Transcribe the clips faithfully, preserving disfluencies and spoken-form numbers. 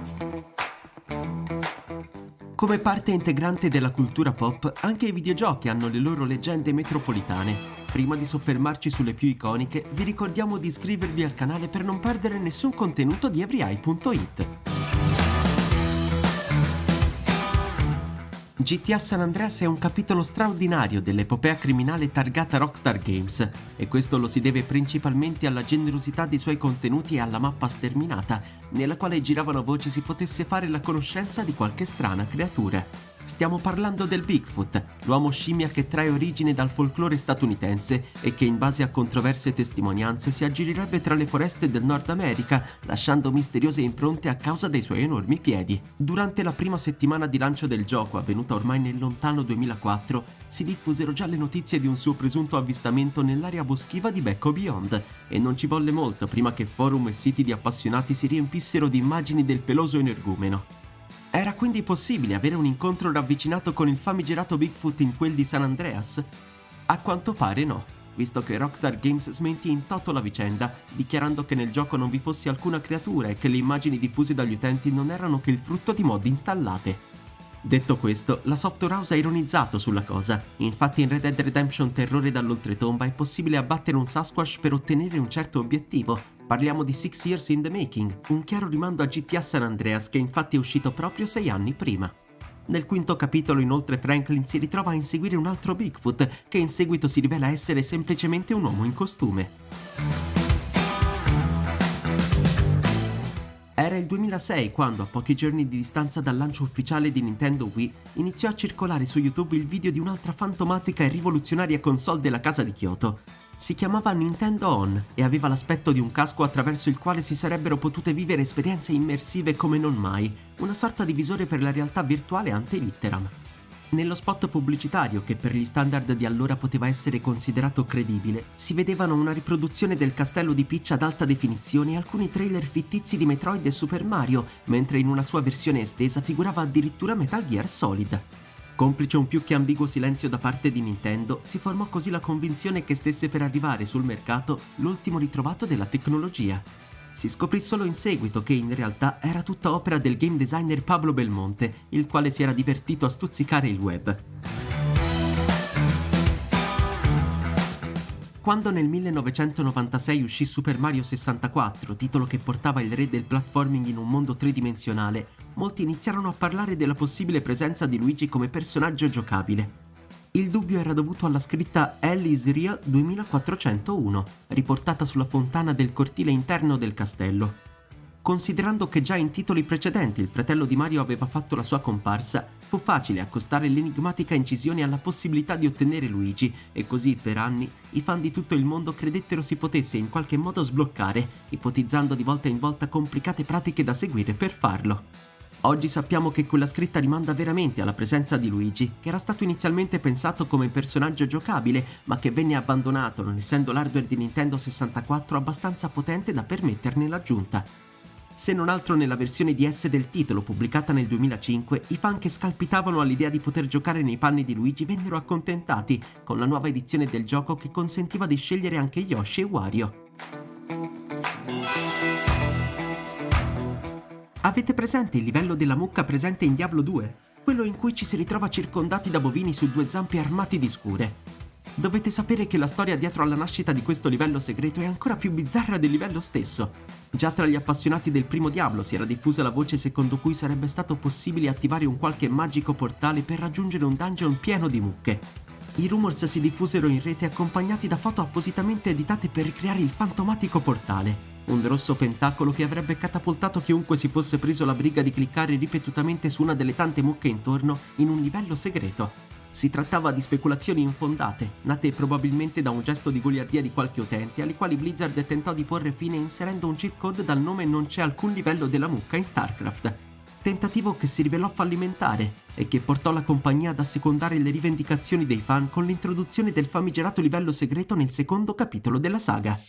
Come parte integrante della cultura pop, anche i videogiochi hanno le loro leggende metropolitane. Prima di soffermarci sulle più iconiche, vi ricordiamo di iscrivervi al canale per non perdere nessun contenuto di Everyeye punto it. G T A San Andreas è un capitolo straordinario dell'epopea criminale targata Rockstar Games, e questo lo si deve principalmente alla generosità dei suoi contenuti e alla mappa sterminata, nella quale giravano voci si potesse fare la conoscenza di qualche strana creatura. Stiamo parlando del Bigfoot, l'uomo scimmia che trae origine dal folklore statunitense e che in base a controverse testimonianze si aggirirebbe tra le foreste del Nord America, lasciando misteriose impronte a causa dei suoi enormi piedi. Durante la prima settimana di lancio del gioco, avvenuta ormai nel lontano duemilaquattro, si diffusero già le notizie di un suo presunto avvistamento nell'area boschiva di Becco Beyond, e non ci volle molto prima che forum e siti di appassionati si riempissero di immagini del peloso energumeno. Era quindi possibile avere un incontro ravvicinato con il famigerato Bigfoot in quel di San Andreas? A quanto pare no, visto che Rockstar Games smentì in toto la vicenda, dichiarando che nel gioco non vi fosse alcuna creatura e che le immagini diffuse dagli utenti non erano che il frutto di mod installate. Detto questo, la software house ha ironizzato sulla cosa. Infatti in Red Dead Redemption Terrore dall'oltretomba è possibile abbattere un Sasquatch per ottenere un certo obiettivo. Parliamo di Six Years in the Making, un chiaro rimando a G T A San Andreas che infatti è uscito proprio sei anni prima. Nel quinto capitolo inoltre Franklin si ritrova a inseguire un altro Bigfoot che in seguito si rivela essere semplicemente un uomo in costume. Era il duemilasei quando, a pochi giorni di distanza dal lancio ufficiale di Nintendo Wii, iniziò a circolare su YouTube il video di un'altra fantomatica e rivoluzionaria console della casa di Kyoto. Si chiamava Nintendo On e aveva l'aspetto di un casco attraverso il quale si sarebbero potute vivere esperienze immersive come non mai, una sorta di visore per la realtà virtuale ante litteram. Nello spot pubblicitario, che per gli standard di allora poteva essere considerato credibile, si vedevano una riproduzione del castello di Peach ad alta definizione e alcuni trailer fittizi di Metroid e Super Mario, mentre in una sua versione estesa figurava addirittura Metal Gear Solid. Complice un più che ambiguo silenzio da parte di Nintendo, si formò così la convinzione che stesse per arrivare sul mercato l'ultimo ritrovato della tecnologia. Si scoprì solo in seguito che in realtà era tutta opera del game designer Pablo Belmonte, il quale si era divertito a stuzzicare il web. Quando nel millenovecentonovantasei uscì Super Mario sessantaquattro, titolo che portava il re del platforming in un mondo tridimensionale, molti iniziarono a parlare della possibile presenza di Luigi come personaggio giocabile. Il dubbio era dovuto alla scritta Hell is Real duemilaquattrocentouno, riportata sulla fontana del cortile interno del castello. Considerando che già in titoli precedenti il fratello di Mario aveva fatto la sua comparsa, fu facile accostare l'enigmatica incisione alla possibilità di ottenere Luigi, e così per anni i fan di tutto il mondo credettero si potesse in qualche modo sbloccare, ipotizzando di volta in volta complicate pratiche da seguire per farlo. Oggi sappiamo che quella scritta rimanda veramente alla presenza di Luigi, che era stato inizialmente pensato come personaggio giocabile, ma che venne abbandonato non essendo l'hardware di Nintendo sessantaquattro abbastanza potente da permetterne l'aggiunta. Se non altro nella versione D S del titolo pubblicata nel duemilacinque, i fan che scalpitavano all'idea di poter giocare nei panni di Luigi vennero accontentati, con la nuova edizione del gioco che consentiva di scegliere anche Yoshi e Wario. Avete presente il livello della mucca presente in Diablo due? Quello in cui ci si ritrova circondati da bovini su due zampe armati di scure. Dovete sapere che la storia dietro alla nascita di questo livello segreto è ancora più bizzarra del livello stesso. Già tra gli appassionati del primo Diablo si era diffusa la voce secondo cui sarebbe stato possibile attivare un qualche magico portale per raggiungere un dungeon pieno di mucche. I rumors si diffusero in rete accompagnati da foto appositamente editate per ricreare il fantomatico portale. Un rosso pentacolo che avrebbe catapultato chiunque si fosse preso la briga di cliccare ripetutamente su una delle tante mucche intorno in un livello segreto. Si trattava di speculazioni infondate, nate probabilmente da un gesto di goliardia di qualche utente, alle quali Blizzard tentò di porre fine inserendo un cheat code dal nome "Non c'è alcun livello della mucca in StarCraft". Tentativo che si rivelò fallimentare e che portò la compagnia ad assecondare le rivendicazioni dei fan con l'introduzione del famigerato livello segreto nel secondo capitolo della saga.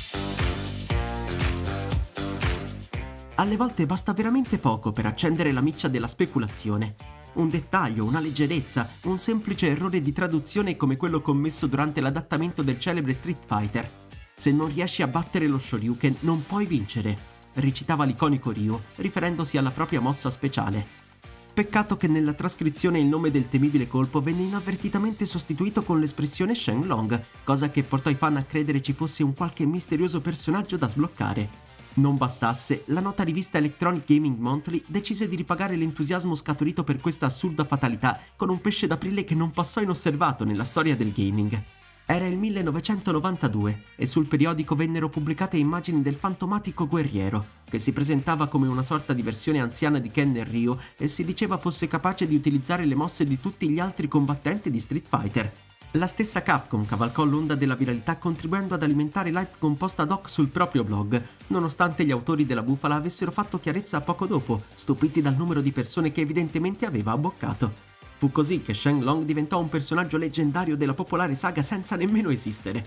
Alle volte basta veramente poco per accendere la miccia della speculazione. Un dettaglio, una leggerezza, un semplice errore di traduzione come quello commesso durante l'adattamento del celebre Street Fighter. Se non riesci a battere lo Shoryuken non puoi vincere. recitava l'iconico Ryu, riferendosi alla propria mossa speciale. Peccato che nella trascrizione il nome del temibile colpo venne inavvertitamente sostituito con l'espressione Shenlong, cosa che portò i fan a credere ci fosse un qualche misterioso personaggio da sbloccare. Non bastasse, la nota rivista Electronic Gaming Monthly decise di ripagare l'entusiasmo scaturito per questa assurda fatalità con un pesce d'aprile che non passò inosservato nella storia del gaming. Era il millenovecentonovantadue e sul periodico vennero pubblicate immagini del fantomatico guerriero, che si presentava come una sorta di versione anziana di Ken e Ryu e si diceva fosse capace di utilizzare le mosse di tutti gli altri combattenti di Street Fighter. La stessa Capcom cavalcò l'onda della viralità contribuendo ad alimentare l'hype composta ad hoc sul proprio blog, nonostante gli autori della bufala avessero fatto chiarezza poco dopo, stupiti dal numero di persone che evidentemente aveva abboccato. Fu così che Shenlong diventò un personaggio leggendario della popolare saga senza nemmeno esistere.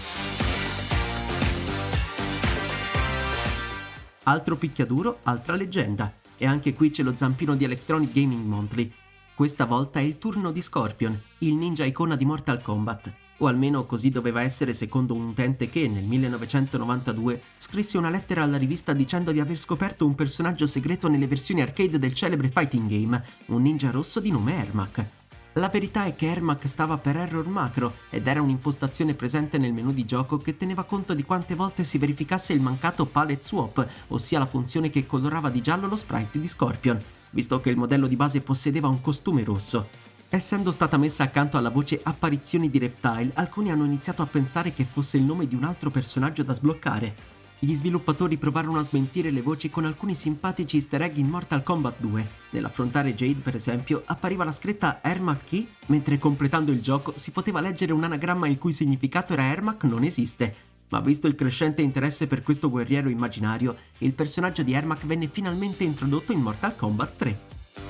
Altro picchiaduro, altra leggenda, e anche qui c'è lo zampino di Electronic Gaming Monthly. Questa volta è il turno di Scorpion, il ninja icona di Mortal Kombat, o almeno così doveva essere secondo un utente che nel millenovecentonovantadue scrisse una lettera alla rivista dicendo di aver scoperto un personaggio segreto nelle versioni arcade del celebre fighting game, un ninja rosso di nome Ermac. La verità è che Ermac stava per Error Macro ed era un'impostazione presente nel menu di gioco che teneva conto di quante volte si verificasse il mancato palette swap, ossia la funzione che colorava di giallo lo sprite di Scorpion, visto che il modello di base possedeva un costume rosso. Essendo stata messa accanto alla voce apparizioni di Reptile, alcuni hanno iniziato a pensare che fosse il nome di un altro personaggio da sbloccare. Gli sviluppatori provarono a smentire le voci con alcuni simpatici easter egg in Mortal Kombat due. Nell'affrontare Jade, per esempio, appariva la scritta Ermac Key, mentre completando il gioco si poteva leggere un anagramma il cui significato era Ermac non esiste. Ma visto il crescente interesse per questo guerriero immaginario, il personaggio di Ermac venne finalmente introdotto in Mortal Kombat tre.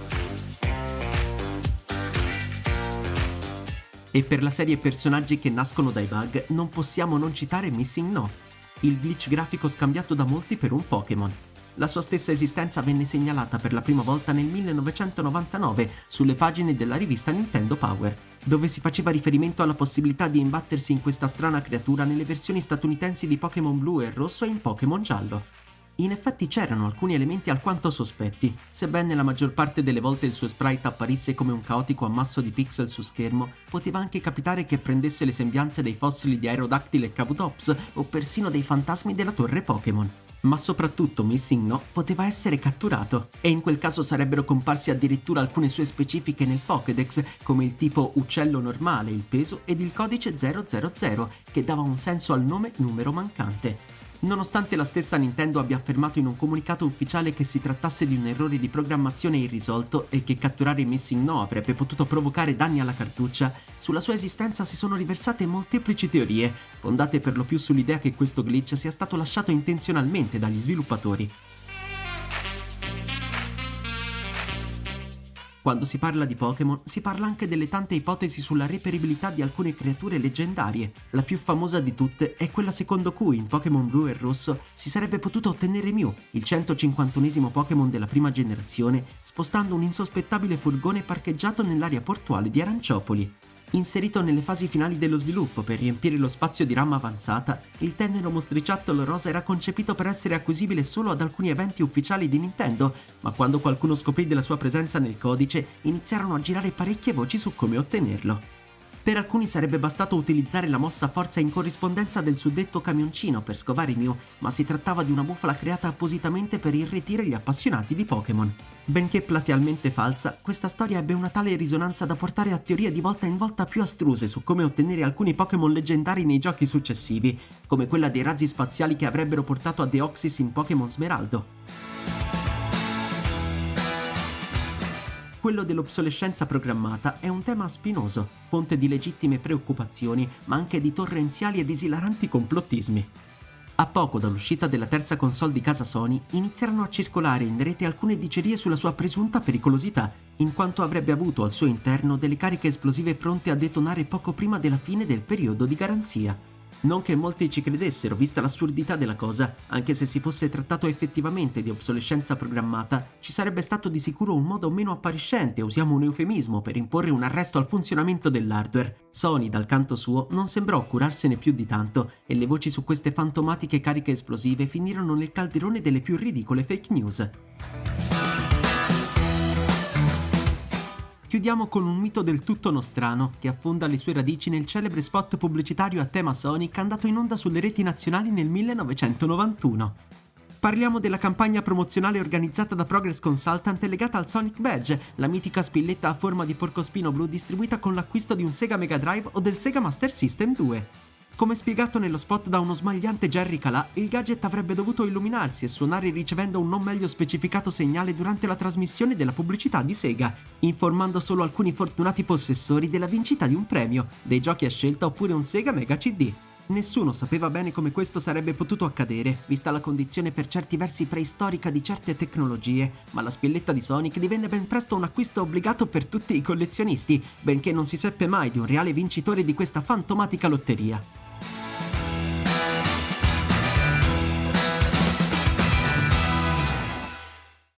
E per la serie personaggi che nascono dai bug non possiamo non citare Missing No, il glitch grafico scambiato da molti per un Pokémon. La sua stessa esistenza venne segnalata per la prima volta nel millenovecentonovantanove sulle pagine della rivista Nintendo Power, dove si faceva riferimento alla possibilità di imbattersi in questa strana creatura nelle versioni statunitensi di Pokémon Blu e Rosso e in Pokémon Giallo. In effetti c'erano alcuni elementi alquanto sospetti, sebbene la maggior parte delle volte il suo sprite apparisse come un caotico ammasso di pixel su schermo, poteva anche capitare che prendesse le sembianze dei fossili di Aerodactyl e Kabutops o persino dei fantasmi della torre Pokémon. Ma soprattutto Missing No poteva essere catturato, e in quel caso sarebbero comparsi addirittura alcune sue specifiche nel Pokédex, come il tipo uccello normale, il peso ed il codice zero zero zero, che dava un senso al nome numero mancante. Nonostante la stessa Nintendo abbia affermato in un comunicato ufficiale che si trattasse di un errore di programmazione irrisolto e che catturare Missing No avrebbe potuto provocare danni alla cartuccia, sulla sua esistenza si sono riversate molteplici teorie, fondate per lo più sull'idea che questo glitch sia stato lasciato intenzionalmente dagli sviluppatori. Quando si parla di Pokémon, si parla anche delle tante ipotesi sulla reperibilità di alcune creature leggendarie. La più famosa di tutte è quella secondo cui in Pokémon Blu e Rosso si sarebbe potuto ottenere Mew, il centocinquantunesimo Pokémon della prima generazione, spostando un insospettabile furgone parcheggiato nell'area portuale di Aranciopoli. Inserito nelle fasi finali dello sviluppo per riempire lo spazio di RAM avanzata, il tenero mostriciattolo rosa era concepito per essere acquisibile solo ad alcuni eventi ufficiali di Nintendo, ma quando qualcuno scoprì della sua presenza nel codice, iniziarono a girare parecchie voci su come ottenerlo. Per alcuni sarebbe bastato utilizzare la mossa forza in corrispondenza del suddetto camioncino per scovare Mew, ma si trattava di una bufala creata appositamente per irretire gli appassionati di Pokémon. Benché platealmente falsa, questa storia ebbe una tale risonanza da portare a teorie di volta in volta più astruse su come ottenere alcuni Pokémon leggendari nei giochi successivi, come quella dei razzi spaziali che avrebbero portato a Deoxys in Pokémon Smeraldo. Quello dell'obsolescenza programmata è un tema spinoso, fonte di legittime preoccupazioni, ma anche di torrenziali ed esilaranti complottismi. A poco dall'uscita della terza console di casa Sony, iniziarono a circolare in rete alcune dicerie sulla sua presunta pericolosità, in quanto avrebbe avuto al suo interno delle cariche esplosive pronte a detonare poco prima della fine del periodo di garanzia. Non che molti ci credessero, vista l'assurdità della cosa, anche se si fosse trattato effettivamente di obsolescenza programmata, ci sarebbe stato di sicuro un modo meno appariscente, usiamo un eufemismo, per imporre un arresto al funzionamento dell'hardware. Sony, dal canto suo, non sembrò curarsene più di tanto, e le voci su queste fantomatiche cariche esplosive finirono nel calderone delle più ridicole fake news. Chiudiamo con un mito del tutto nostrano, che affonda le sue radici nel celebre spot pubblicitario a tema Sonic andato in onda sulle reti nazionali nel millenovecentonovantuno. Parliamo della campagna promozionale organizzata da Progress Consultant e legata al Sonic Badge, la mitica spilletta a forma di porcospino blu distribuita con l'acquisto di un Sega Mega Drive o del Sega Master System due. Come spiegato nello spot da uno smagliante Jerry Calà, il gadget avrebbe dovuto illuminarsi e suonare ricevendo un non meglio specificato segnale durante la trasmissione della pubblicità di Sega, informando solo alcuni fortunati possessori della vincita di un premio, dei giochi a scelta oppure un Sega Mega C D. Nessuno sapeva bene come questo sarebbe potuto accadere, vista la condizione per certi versi preistorica di certe tecnologie, ma la spilletta di Sonic divenne ben presto un acquisto obbligato per tutti i collezionisti, benché non si seppe mai di un reale vincitore di questa fantomatica lotteria.